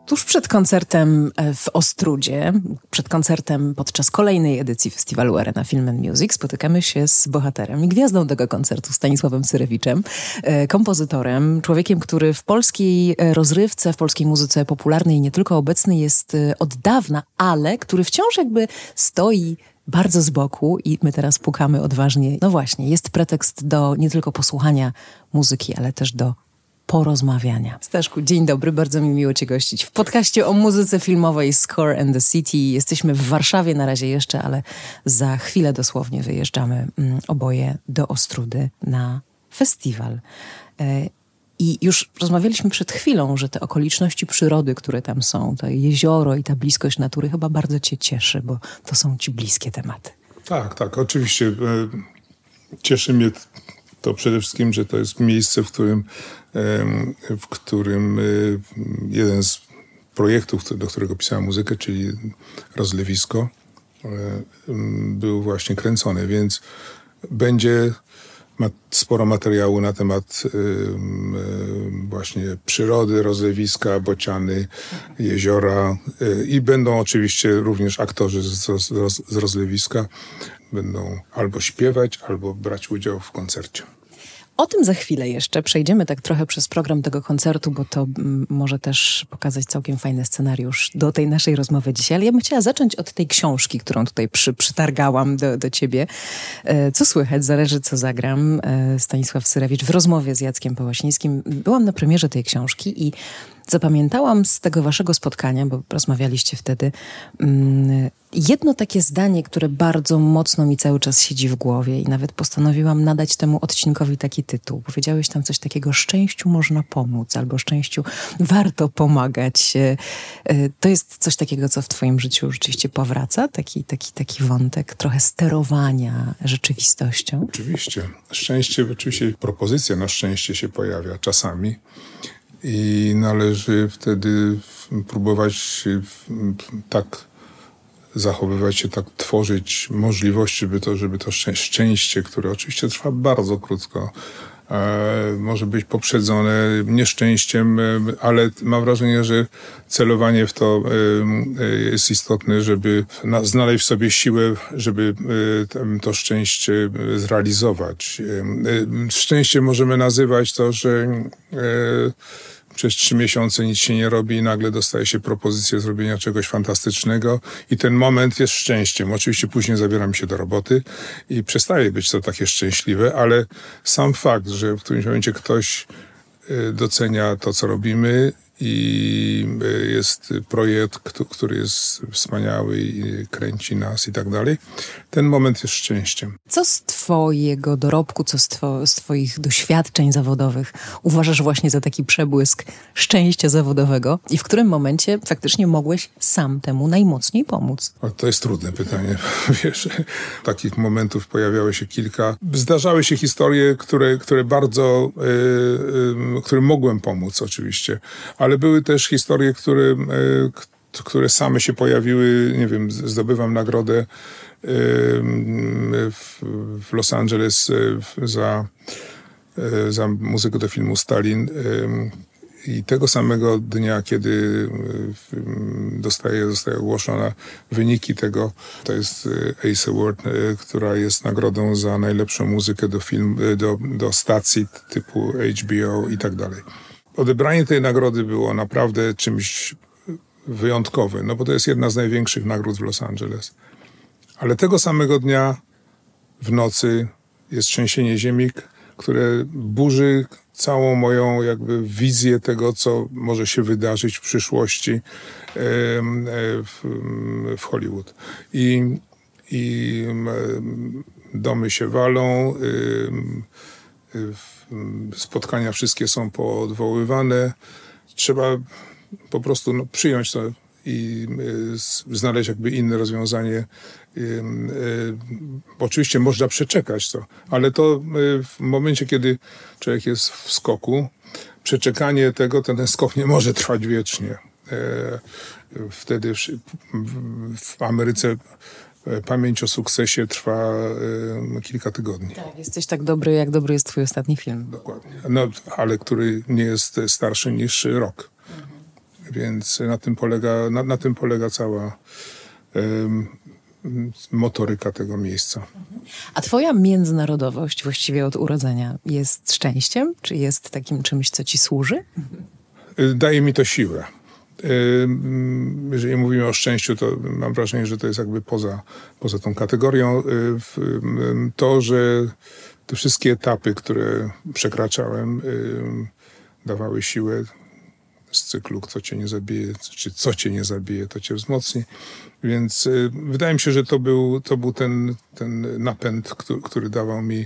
Tuż przed koncertem w Ostródzie, przed koncertem podczas kolejnej edycji festiwalu Arena Film and Music spotykamy się z bohaterem i gwiazdą tego koncertu, Stanisławem Syrewiczem, kompozytorem, człowiekiem, który w polskiej rozrywce, w polskiej muzyce popularnej nie tylko obecny jest od dawna, ale który wciąż jakby stoi bardzo z boku i my teraz pukamy odważnie. No właśnie, jest pretekst do nie tylko posłuchania muzyki, ale też do porozmawiania. Staszku, dzień dobry, bardzo mi miło Cię gościć w podcaście o muzyce filmowej Score and the City. Jesteśmy w Warszawie na razie jeszcze, ale za chwilę dosłownie wyjeżdżamy oboje do Ostródy na festiwal. I już rozmawialiśmy przed chwilą, że te okoliczności przyrody, które tam są, to jezioro i ta bliskość natury chyba bardzo Cię cieszy, bo to są Ci bliskie tematy. Tak, oczywiście. Cieszy mnie to przede wszystkim, że to jest miejsce, w którym jeden z projektów, do którego pisałem muzykę, czyli Rozlewisko, był właśnie kręcony, więc będzie sporo materiału na temat właśnie przyrody, rozlewiska, bociany, jeziora i będą oczywiście również aktorzy z rozlewiska. Będą albo śpiewać, albo brać udział w koncercie. O tym za chwilę jeszcze. Przejdziemy tak trochę przez program tego koncertu, bo to może też pokazać całkiem fajny scenariusz do tej naszej rozmowy dzisiaj. Ale ja bym chciała zacząć od tej książki, którą tutaj przytargałam do ciebie. Co słychać? Zależy, co zagram. Stanisław Syrewicz w rozmowie z Jackiem Pałaśnickim. Byłam na premierze tej książki i zapamiętałam z tego waszego spotkania, bo rozmawialiście wtedy, jedno takie zdanie, które bardzo mocno mi cały czas siedzi w głowie i nawet postanowiłam nadać temu odcinkowi taki tytuł. Powiedziałeś tam coś takiego: szczęściu można pomóc, albo szczęściu warto pomagać. To jest coś takiego, co w twoim życiu rzeczywiście powraca? Taki wątek trochę sterowania rzeczywistością? Oczywiście. Szczęście, oczywiście propozycja na szczęście się pojawia czasami. I należy wtedy próbować tak zachowywać się, tak tworzyć możliwość, żeby to szczęście, które oczywiście trwa bardzo krótko, może być poprzedzone nieszczęściem, ale mam wrażenie, że celowanie w to jest istotne, żeby znaleźć w sobie siłę, żeby to szczęście zrealizować. Szczęście możemy nazywać to, że przez 3 miesiące nic się nie robi i nagle dostaje się propozycję zrobienia czegoś fantastycznego i ten moment jest szczęściem. Oczywiście później zabieram się do roboty i przestaje być to takie szczęśliwe, ale sam fakt, że w którymś momencie ktoś docenia to, co robimy i jest projekt, który jest wspaniały i kręci nas i tak dalej, ten moment jest szczęściem. Co z twojego dorobku, co z twoich doświadczeń zawodowych uważasz właśnie za taki przebłysk szczęścia zawodowego i w którym momencie faktycznie mogłeś sam temu najmocniej pomóc? To jest trudne pytanie. Wiesz, takich momentów pojawiało się kilka. Zdarzały się historie, które bardzo, którym mogłem pomóc oczywiście, ale były też historie, które same się pojawiły. Nie wiem, zdobywam nagrodę w Los Angeles za muzykę do filmu Stalin. I tego samego dnia, kiedy zostały ogłoszone wyniki tego, to jest Ace Award, która jest nagrodą za najlepszą muzykę do stacji typu HBO i tak dalej. Odebranie tej nagrody było naprawdę czymś wyjątkowym, no bo to jest jedna z największych nagród w Los Angeles. Ale tego samego dnia w nocy jest trzęsienie ziemi, które burzy całą moją jakby wizję tego, co może się wydarzyć w przyszłości w Hollywood. I domy się walą, spotkania wszystkie są poodwoływane. Trzeba po prostu przyjąć to i znaleźć jakby inne rozwiązanie. Oczywiście można przeczekać to, ale to w momencie, kiedy człowiek jest w skoku, przeczekanie tego, ten skok nie może trwać wiecznie. Wtedy w Ameryce pamięć o sukcesie trwa kilka tygodni. Tak, jesteś tak dobry, jak dobry jest twój ostatni film. Dokładnie. No, ale który nie jest starszy niż rok. Więc na tym polega cała motoryka tego miejsca. A twoja międzynarodowość właściwie od urodzenia jest szczęściem? Czy jest takim czymś, co ci służy? Daje mi to siłę. Jeżeli mówimy o szczęściu, to mam wrażenie, że to jest jakby poza tą kategorią. To, że te wszystkie etapy, które przekraczałem, dawały siłę z cyklu co cię nie zabije, czy co cię nie zabije, to cię wzmocni. Więc wydaje mi się, że to był ten napęd, który dawał mi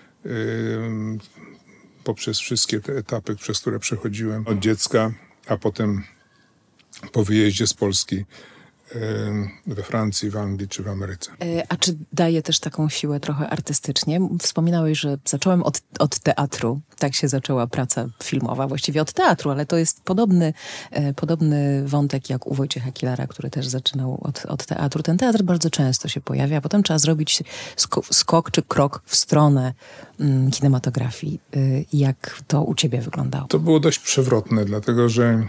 poprzez wszystkie te etapy, przez które przechodziłem od dziecka, a potem po wyjeździe z Polski we Francji, w Anglii czy w Ameryce. A czy daje też taką siłę trochę artystycznie? Wspominałeś, że zacząłem od teatru. Tak się zaczęła praca filmowa, właściwie od teatru, ale to jest podobny wątek jak u Wojciecha Kilara, który też zaczynał od teatru. Ten teatr bardzo często się pojawia, a potem trzeba zrobić skok czy krok w stronę kinematografii. Jak to u ciebie wyglądało? To było dość przewrotne, dlatego że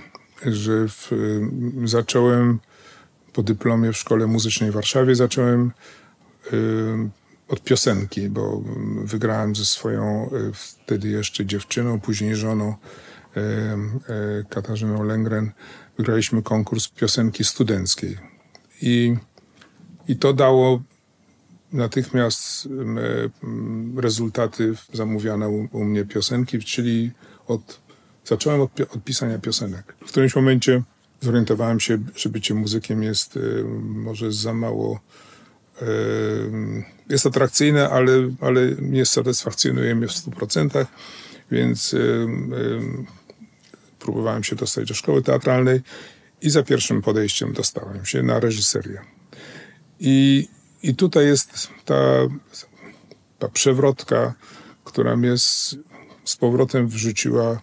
zacząłem po dyplomie w Szkole Muzycznej w Warszawie, zacząłem od piosenki, bo wygrałem ze swoją wtedy jeszcze dziewczyną, później żoną Katarzyną Lęgren. Wygraliśmy konkurs piosenki studenckiej. I to dało natychmiast rezultaty zamówione u mnie piosenki, czyli zacząłem od pisania piosenek. W którymś momencie zorientowałem się, że bycie muzykiem jest może za mało... Jest atrakcyjne, ale nie satysfakcjonuje mnie w 100%, więc próbowałem się dostać do szkoły teatralnej i za pierwszym podejściem dostałem się na reżyserię. I tutaj jest ta przewrotka, która mnie z powrotem wrzuciła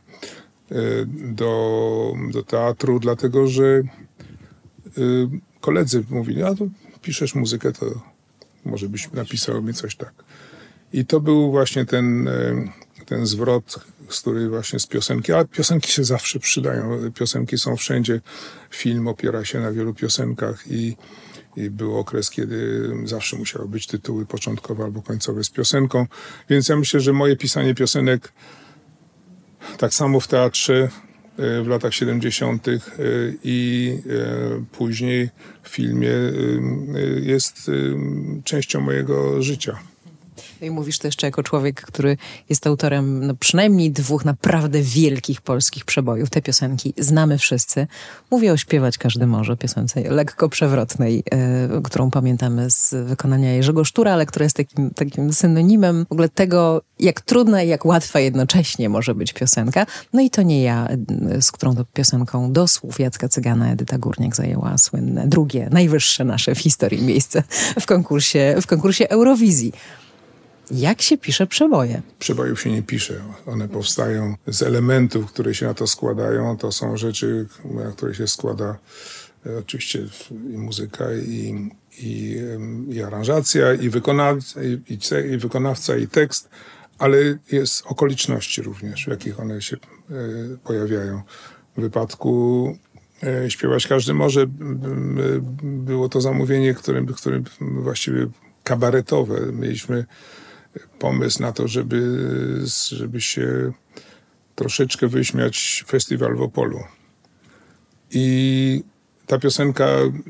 do teatru, dlatego że koledzy mówili, a to piszesz muzykę, to może byś napisał mi coś tak. I to był właśnie ten zwrot, który właśnie z piosenki, a piosenki się zawsze przydają. Piosenki są wszędzie. Film opiera się na wielu piosenkach i był okres, kiedy zawsze musiały być tytuły początkowe albo końcowe z piosenką. Więc ja myślę, że moje pisanie piosenek tak samo w teatrze w latach 70. I później w filmie jest częścią mojego życia. I mówisz to jeszcze jako człowiek, który jest autorem przynajmniej 2 naprawdę wielkich polskich przebojów. Te piosenki znamy wszyscy. Mówię o Śpiewać każdy może, piosence lekko przewrotnej, którą pamiętamy z wykonania Jerzego Sztura, ale która jest takim synonimem w ogóle tego, jak trudna i jak łatwa jednocześnie może być piosenka. No i To nie ja, z którą to piosenką do słów Jacka Cygana Edyta Górniak zajęła słynne, drugie, najwyższe nasze w historii miejsce w konkursie Eurowizji. Jak się pisze przeboje? Przebojów się nie pisze. One powstają z elementów, które się na to składają. To są rzeczy, na które się składa oczywiście i muzyka, i aranżacja, i wykonawca, i tekst, ale jest okoliczności również, w jakich one się pojawiają. W wypadku Śpiewać każdy może było to zamówienie, które właściwie kabaretowe. Mieliśmy pomysł na to, żeby się troszeczkę wyśmiać festiwal w Opolu. I ta piosenka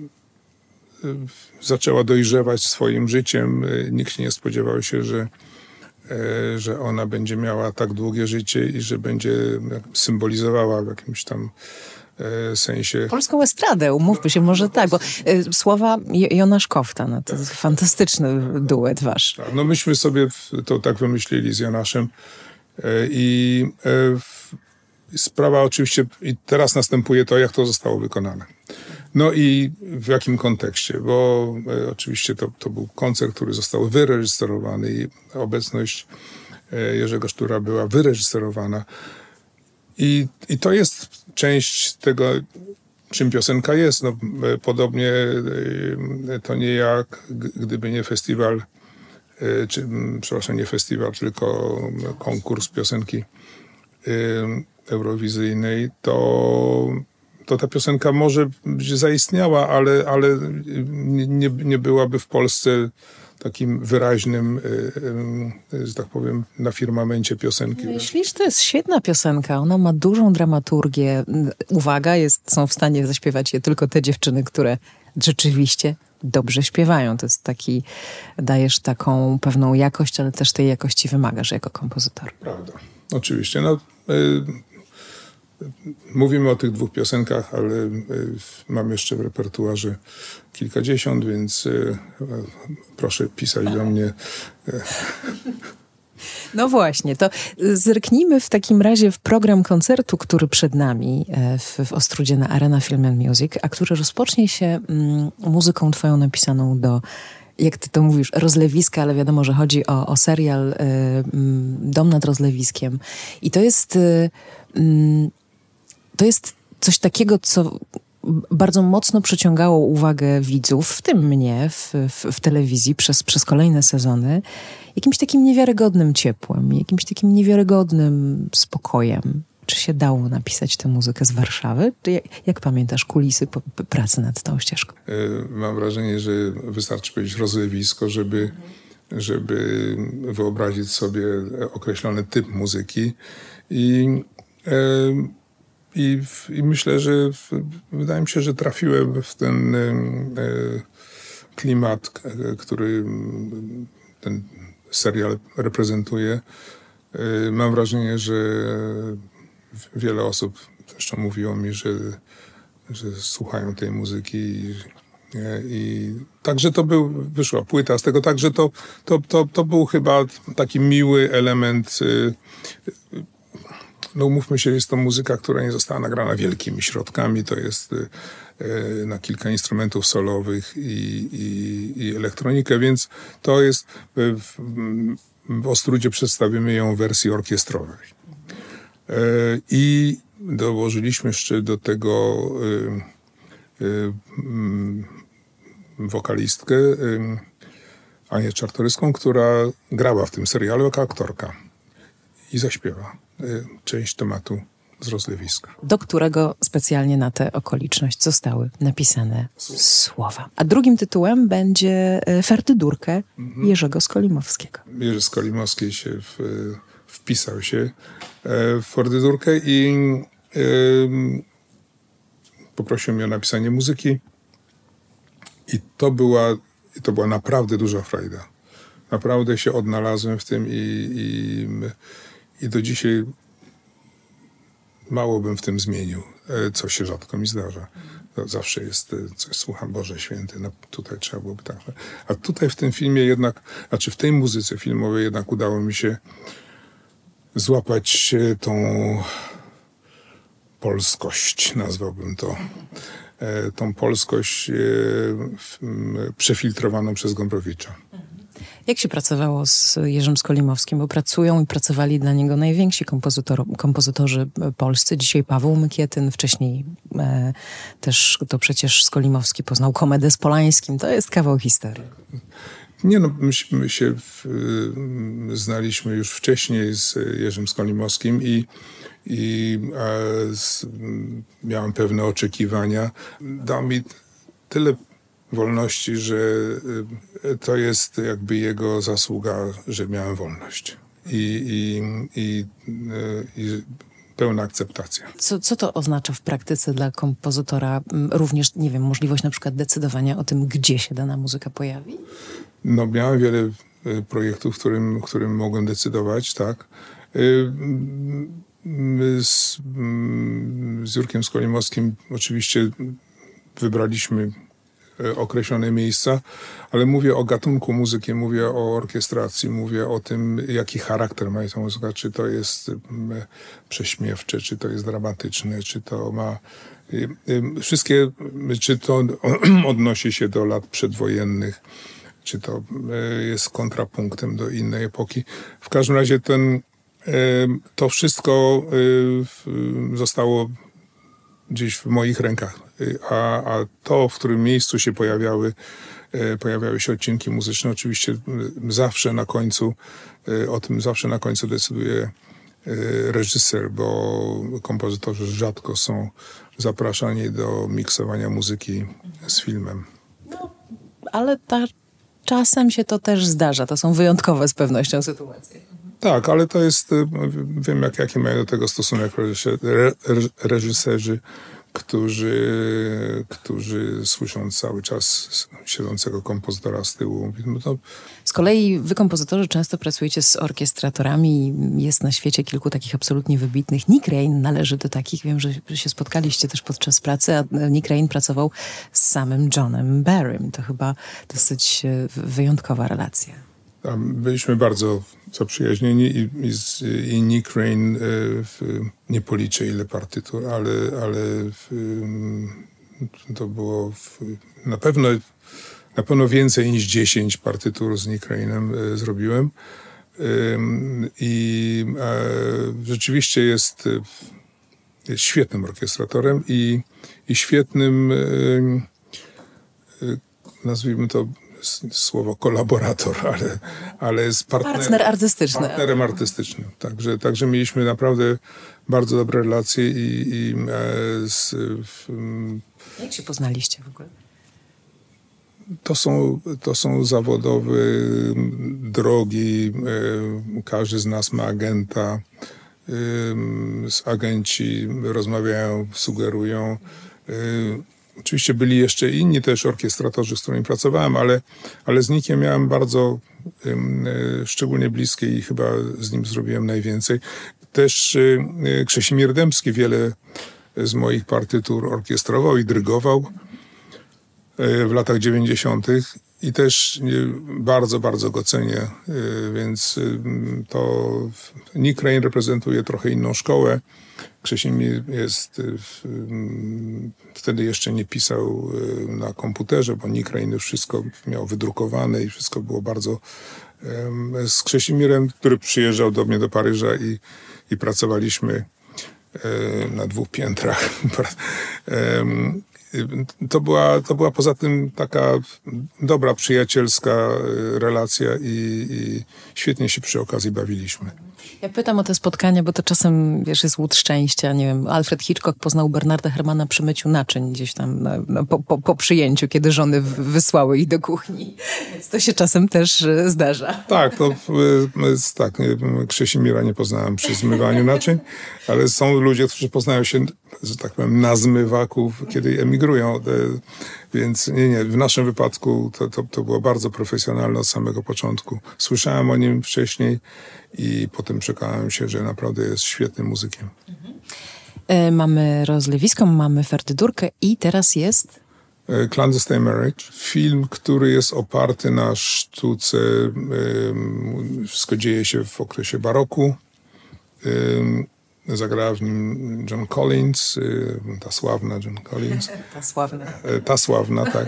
zaczęła dojrzewać swoim życiem. Nikt się nie spodziewał się, że ona będzie miała tak długie życie i że będzie symbolizowała w jakimś tam sensie... Polską estradę, umówmy się, może tak, bo słowa Jonasz Kofta, no to jest fantastyczny duet wasz. No myśmy sobie to tak wymyślili z Jonaszem i sprawa oczywiście, i teraz następuje to, jak to zostało wykonane. No i w jakim kontekście, bo oczywiście to był koncert, który został wyreżyserowany i obecność Jerzego Sztura była wyreżyserowana. I to jest część tego, czym piosenka jest. No, podobnie To nie jak, gdyby nie festiwal, nie festiwal, tylko konkurs piosenki eurowizyjnej, to to ta piosenka może zaistniała, ale nie byłaby w Polsce takim wyraźnym, że tak powiem, na firmamencie piosenki. Myślisz, to jest świetna piosenka. Ona ma dużą dramaturgię. Uwaga, są w stanie zaśpiewać je tylko te dziewczyny, które rzeczywiście dobrze śpiewają. To jest dajesz taką pewną jakość, ale też tej jakości wymagasz jako kompozytor. Prawda. Oczywiście. Mówimy o tych 2 piosenkach, ale mam jeszcze w repertuarze kilkadziesiąt, więc proszę pisać do mnie. No właśnie, to zerknijmy w takim razie w program koncertu, który przed nami w Ostródzie na Arena Film and Music, a który rozpocznie się muzyką twoją napisaną do, jak ty to mówisz, rozlewiska, ale wiadomo, że chodzi o serial Dom nad rozlewiskiem. I to jest coś takiego, co bardzo mocno przyciągało uwagę widzów, w tym mnie, w telewizji przez kolejne sezony, jakimś takim niewiarygodnym ciepłem, jakimś takim niewiarygodnym spokojem. Czy się dało napisać tę muzykę z Warszawy? Jak pamiętasz kulisy pracy nad tą ścieżką? Mam wrażenie, że wystarczy powiedzieć rozlewisko, żeby wyobrazić sobie określony typ muzyki. I myślę, że wydaje mi się, że trafiłem w ten klimat, który ten serial reprezentuje. Mam wrażenie, że wiele osób zresztą mówiło mi, że słuchają tej muzyki i także wyszła płyta z tego, także to był chyba taki miły element. No umówmy się, jest to muzyka, która nie została nagrana wielkimi środkami. To jest na kilka instrumentów solowych i elektronikę, więc to jest w Ostródzie przedstawimy ją w wersji orkiestrowej. I dołożyliśmy jeszcze do tego wokalistkę Anię Czartoryską, która grała w tym serialu jako aktorka i zaśpiewa część tematu z rozlewiska. Do którego specjalnie na tę okoliczność zostały napisane słowa. A drugim tytułem będzie Ferdydurkę Jerzego Skolimowskiego. Jerzy Skolimowski wpisał się w Ferdydurkę i poprosił mnie o napisanie muzyki. I to była naprawdę duża frajda. Naprawdę się odnalazłem w tym i do dzisiaj mało bym w tym zmienił, co się rzadko mi zdarza. To zawsze jest coś, słucham, Boże Święty, no tutaj trzeba byłoby tak. A tutaj w tym filmie jednak, w tej muzyce filmowej jednak udało mi się złapać tą polskość, nazwałbym to. Tą polskość przefiltrowaną przez Gombrowicza. Jak się pracowało z Jerzym Skolimowskim? Bo pracują i pracowali dla niego najwięksi kompozytorzy polscy. Dzisiaj Paweł Mykietyn, wcześniej też to przecież Skolimowski poznał Komedę z Polańskim. To jest kawał historii. Nie no, myśmy się znaliśmy już wcześniej z Jerzym Skolimowskim i miałem pewne oczekiwania. Dał mi tyle wolności, że to jest jakby jego zasługa, że miałem wolność i pełna akceptacja. Co to oznacza w praktyce dla kompozytora? Również, nie wiem, możliwość na przykład decydowania o tym, gdzie się dana muzyka pojawi? No, miałem wiele projektów, w którym mogłem decydować, tak. Z Jurkiem Skolimowskim oczywiście wybraliśmy określone miejsca, ale mówię o gatunku muzyki, mówię o orkiestracji, mówię o tym, jaki charakter ma ta muzyka, czy to jest prześmiewcze, czy to jest dramatyczne, czy to ma czy to odnosi się do lat przedwojennych, czy to jest kontrapunktem do innej epoki. W każdym razie to wszystko zostało gdzieś w moich rękach. A to, w którym miejscu się pojawiały się odcinki muzyczne, oczywiście zawsze na końcu decyduje reżyser, bo kompozytorzy rzadko są zapraszani do miksowania muzyki z filmem. No, ale czasem się to też zdarza. To są wyjątkowe z pewnością sytuacje. Tak, ale to jest, wiem jaki mają do tego stosunek reżyserzy, którzy słyszą cały czas siedzącego kompozytora z tyłu. No to... Z kolei wy, kompozytorzy, często pracujecie z orkiestratorami. Jest na świecie kilku takich absolutnie wybitnych. Nick Rain należy do takich. Wiem, że się spotkaliście też podczas pracy, a Nick Rain pracował z samym Johnem Barrym. To chyba dosyć wyjątkowa relacja. Byliśmy bardzo zaprzyjaźnieni i Nick Rain, nie policzę ile partytur, ale to było na pewno więcej niż 10 partytur z Nick Rainem zrobiłem. I rzeczywiście jest świetnym orkiestratorem i świetnym, nazwijmy to słowo kolaborator, ale jest partner artystyczny. Partnerem artystycznym. Także mieliśmy naprawdę bardzo dobre relacje Jak się poznaliście w ogóle? To są zawodowe drogi. Każdy z nas ma agenta. Agenci rozmawiają, sugerują. Oczywiście byli jeszcze inni też orkiestratorzy, z którymi pracowałem, ale z Nickiem miałem bardzo szczególnie bliskie i chyba z nim zrobiłem najwięcej. Też Krzesimir Dębski wiele z moich partytur orkiestrował i dyrygował w latach 90. i też bardzo, bardzo go cenię, więc to Nick Rain reprezentuje trochę inną szkołę. Krzesimir wtedy jeszcze nie pisał na komputerze, bo Nick Rain już wszystko miał wydrukowane i wszystko było bardzo... Z Krzesimierem, który przyjeżdżał do mnie do Paryża i pracowaliśmy na 2 piętrach. To była poza tym taka dobra, przyjacielska relacja i świetnie się przy okazji bawiliśmy. Ja pytam o te spotkania, bo to czasem, wiesz, jest łód szczęścia. Nie wiem, Alfred Hitchcock poznał Bernarda Herrmana przy myciu naczyń gdzieś tam po przyjęciu, kiedy żony wysłały ich do kuchni. Więc to się czasem też zdarza. Tak, Krzesimira nie poznałem przy zmywaniu naczyń, ale są ludzie, którzy poznają się, że tak powiem, na zmywaku, kiedy emigrują. Więc nie, w naszym wypadku to było bardzo profesjonalne od samego początku. Słyszałem o nim wcześniej i potem przekonałem się, że naprawdę jest świetnym muzykiem. Mamy Rozlewiską, mamy Ferdydurkę i teraz jest... Clandestine Marriage. Film, który jest oparty na sztuce. Wszystko dzieje się w okresie baroku. Zagrała w nim John Collins, ta sławna John Collins. Ta sławna, tak.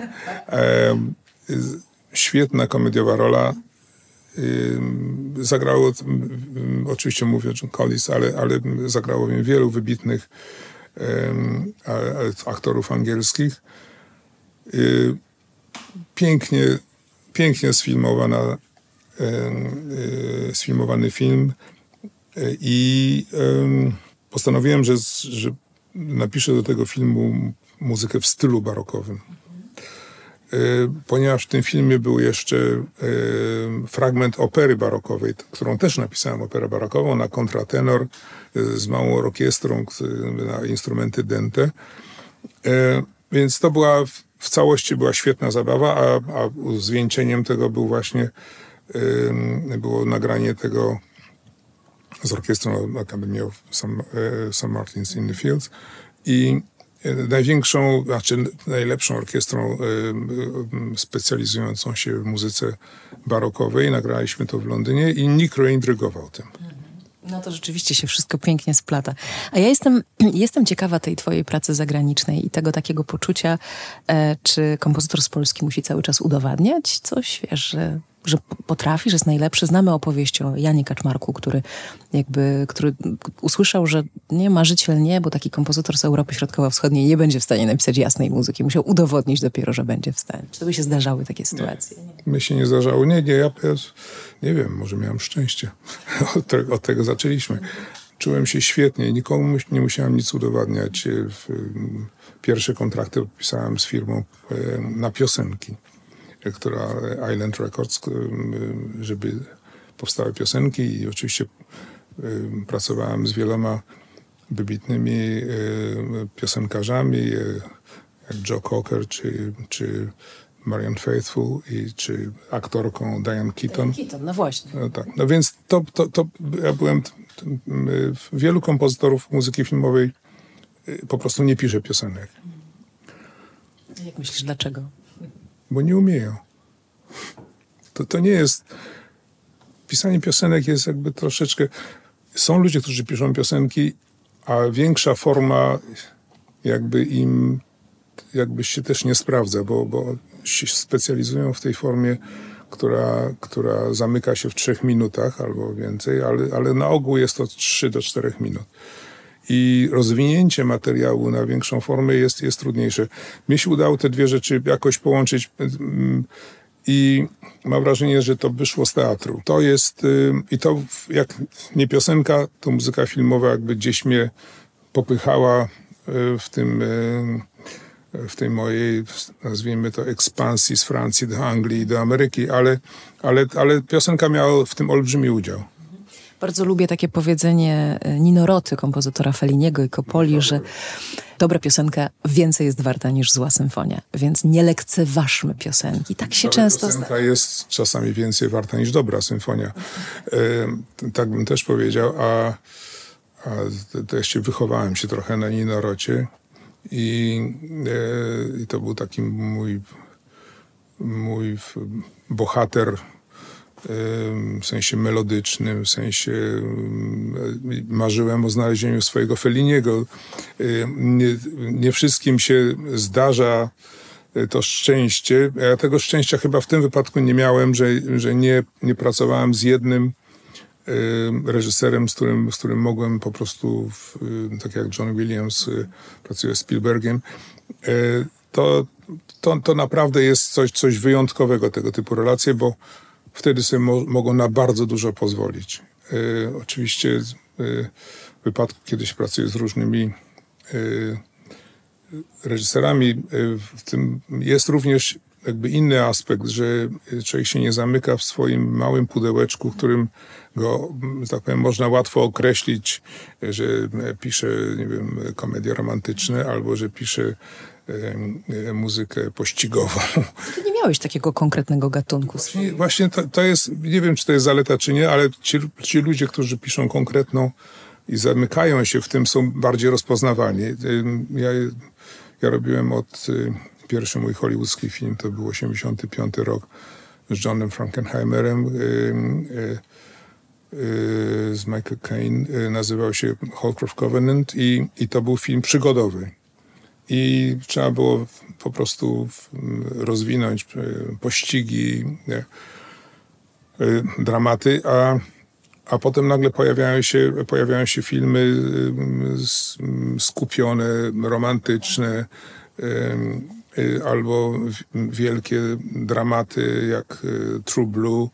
Świetna komediowa rola. Zagrało, oczywiście mówię o John Collins, ale zagrało w nim wielu wybitnych aktorów angielskich. Pięknie sfilmowany film i postanowiłem, że napiszę do tego filmu muzykę w stylu barokowym. Ponieważ w tym filmie był jeszcze fragment opery barokowej, którą też napisałem, operę barokową, na kontratenor z małą orkiestrą na instrumenty dente. Więc to w całości była świetna zabawa, a zwieńczeniem tego było nagranie tego z orkiestrą Academy of St. Martin's in the Fields i najlepszą orkiestrą specjalizującą się w muzyce barokowej. Nagraliśmy to w Londynie i Nick Rain dyrygował tym. No to rzeczywiście się wszystko pięknie splata. A ja jestem ciekawa tej twojej pracy zagranicznej i tego takiego poczucia, czy kompozytor z Polski musi cały czas udowadniać coś, wiesz, że potrafi, że jest najlepszy. Znamy opowieść o Janie Kaczmarku, który usłyszał, że nie, marzyciel nie, bo taki kompozytor z Europy Środkowo-Wschodniej nie będzie w stanie napisać jasnej muzyki. Musiał udowodnić dopiero, że będzie w stanie. Czy to by się zdarzały takie sytuacje? Nie. Mi się nie zdarzało. Ja nie wiem, może miałem szczęście. Od tego zaczęliśmy. czułem się świetnie. Nikomu nie musiałem nic udowadniać. Pierwsze kontrakty podpisałem z firmą na piosenki, która Island Records, żeby powstały piosenki i oczywiście pracowałem z wieloma wybitnymi piosenkarzami, jak Joe Cocker czy Marianne Faithfull czy aktorką Diane Keaton. Diane Keaton, no właśnie. No tak. No więc ja byłem... Wielu kompozytorów muzyki filmowej po prostu nie pisze piosenek. Jak myślisz, dlaczego? Bo nie umieją. To nie jest... Pisanie piosenek jest jakby troszeczkę... Są ludzie, którzy piszą piosenki, a większa forma jakby się też nie sprawdza, bo się specjalizują w tej formie, która zamyka się w 3 minutach albo więcej, ale na ogół jest to 3 do 4 minut. I rozwinięcie materiału na większą formę jest trudniejsze. Mnie się udało te dwie rzeczy jakoś połączyć i mam wrażenie, że to wyszło z teatru. To jest, i to jak nie piosenka, to muzyka filmowa jakby gdzieś mnie popychała w tej mojej, nazwijmy to, ekspansji z Francji do Anglii i do Ameryki, ale piosenka miała w tym olbrzymi udział. Bardzo lubię takie powiedzenie Nino Roty, kompozytora Felliniego i Coppoli, że dobra piosenka więcej jest warta niż zła symfonia, więc nie lekceważmy piosenki. Tak się często zdarza. Piosenka jest czasami więcej warta niż dobra symfonia. Tak bym też powiedział, a też wychowałem się trochę na Nino Rocie i to był taki mój bohater w sensie melodycznym, w sensie marzyłem o znalezieniu swojego Felliniego. Nie wszystkim się zdarza to szczęście. Ja tego szczęścia chyba w tym wypadku nie miałem, że nie pracowałem z jednym reżyserem, z którym mogłem po prostu, tak jak John Williams pracuje z Spielbergiem, to naprawdę jest coś wyjątkowego, tego typu relacje, bo wtedy sobie mogą na bardzo dużo pozwolić. Oczywiście w wypadku, kiedy się pracuje z różnymi reżyserami, w tym jest również jakby inny aspekt, że człowiek się nie zamyka w swoim małym pudełeczku, w którym go, tak powiem, można łatwo określić, że pisze, nie wiem, komedie romantyczne albo że pisze muzykę pościgową. Ty nie miałeś takiego konkretnego gatunku. Właśnie to jest, nie wiem, czy to jest zaleta, czy nie, ale ci ludzie, którzy piszą konkretną i zamykają się w tym, są bardziej rozpoznawalni. Ja robiłem pierwszy mój hollywoodzki film, to był 85 rok z Johnem Frankenheimerem, z Michael Caine, nazywał się Holcroft Covenant i to był film przygodowy. I trzeba było po prostu rozwinąć pościgi, dramaty, a potem nagle pojawiają się filmy skupione, romantyczne, albo wielkie dramaty jak True Blue,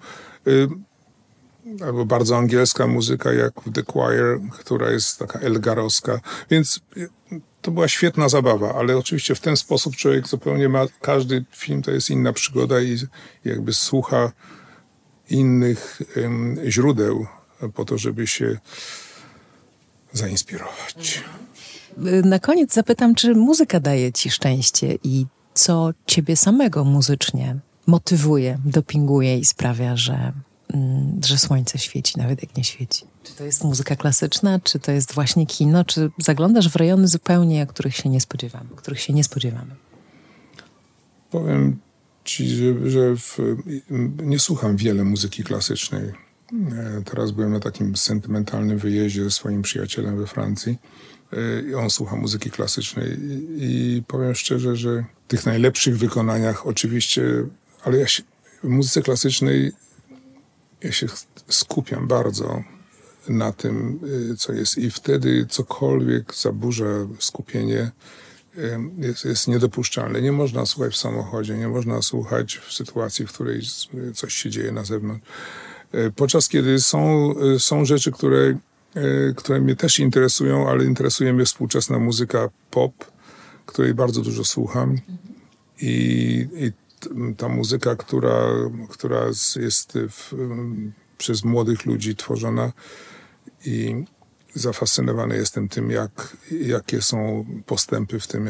albo bardzo angielska muzyka jak The Choir, która jest taka elgarowska. Więc to była świetna zabawa, ale oczywiście w ten sposób człowiek zupełnie ma, każdy film to jest inna przygoda i jakby słucha innych źródeł po to, żeby się zainspirować. Na koniec zapytam, czy muzyka daje ci szczęście i co ciebie samego muzycznie motywuje, dopinguje i sprawia, że słońce świeci, nawet jak nie świeci. Czy to jest muzyka klasyczna, czy to jest właśnie kino, czy zaglądasz w rejony zupełnie, których się nie spodziewamy? Powiem ci, że nie słucham wiele muzyki klasycznej. Teraz byłem na takim sentymentalnym wyjeździe ze swoim przyjacielem we Francji i on słucha muzyki klasycznej i powiem szczerze, że w tych najlepszych wykonaniach oczywiście, ale w muzyce klasycznej ja się skupiam bardzo na tym, co jest i wtedy cokolwiek zaburza skupienie jest niedopuszczalne. Nie można słuchać w samochodzie, nie można słuchać w sytuacji, w której coś się dzieje na zewnątrz. Podczas kiedy są rzeczy, które które mnie też interesują, ale interesuje mnie współczesna muzyka pop, której bardzo dużo słucham. I ta muzyka, która jest przez młodych ludzi tworzona, i zafascynowany jestem tym, jakie są postępy w tym,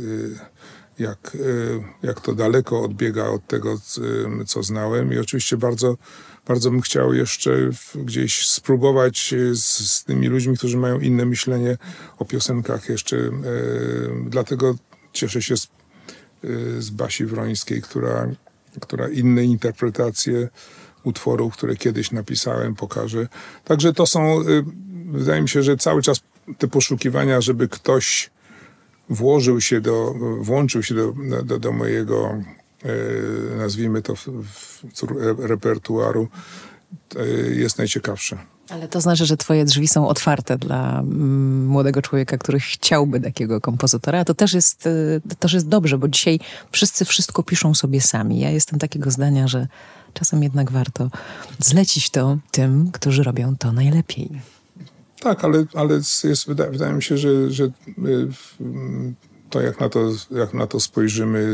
jak to daleko odbiega od tego, co znałem. I oczywiście bardzo, bardzo bym chciał jeszcze gdzieś spróbować z tymi ludźmi, którzy mają inne myślenie o piosenkach jeszcze. Dlatego cieszę się z Basi Wrońskiej, która inne interpretacje utworów, które kiedyś napisałem, pokaże. Także to są, wydaje mi się, że cały czas te poszukiwania, żeby ktoś włączył się do mojego, nazwijmy to, repertuaru, jest najciekawsze. Ale to znaczy, że twoje drzwi są otwarte dla młodego człowieka, który chciałby takiego kompozytora. A to też jest dobrze, bo dzisiaj wszyscy wszystko piszą sobie sami. Ja jestem takiego zdania, że czasem jednak warto zlecić to tym, którzy robią to najlepiej. Tak, ale wydaje mi się, że to jak na to spojrzymy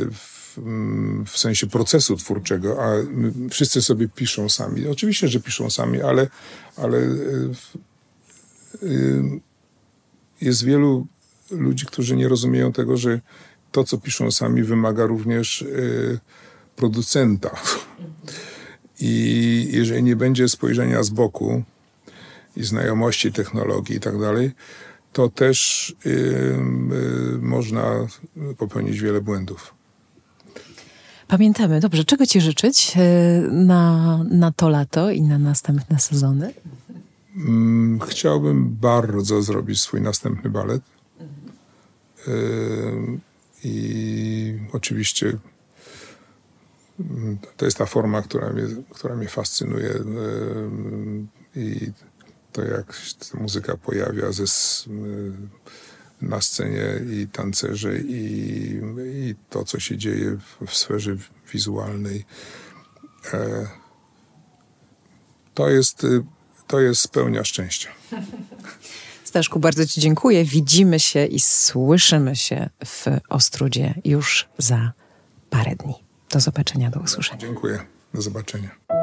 w sensie procesu twórczego, a wszyscy sobie piszą sami. Oczywiście, że piszą sami, ale jest wielu ludzi, którzy nie rozumieją tego, że to, co piszą sami, wymaga również producenta. I jeżeli nie będzie spojrzenia z boku i znajomości technologii i tak dalej, to też można popełnić wiele błędów. Pamiętamy. Dobrze, czego ci życzyć na to lato i na następne sezony? Chciałbym bardzo zrobić swój następny balet. I oczywiście to jest ta forma, która mnie fascynuje. I to, jak ta muzyka pojawia na scenie, i tancerze, i to, co się dzieje w sferze wizualnej. To jest spełnia szczęścia. Staszku, bardzo ci dziękuję. Widzimy się i słyszymy się w Ostródzie już za parę dni. Do zobaczenia, do usłyszenia. Dziękuję. Do zobaczenia.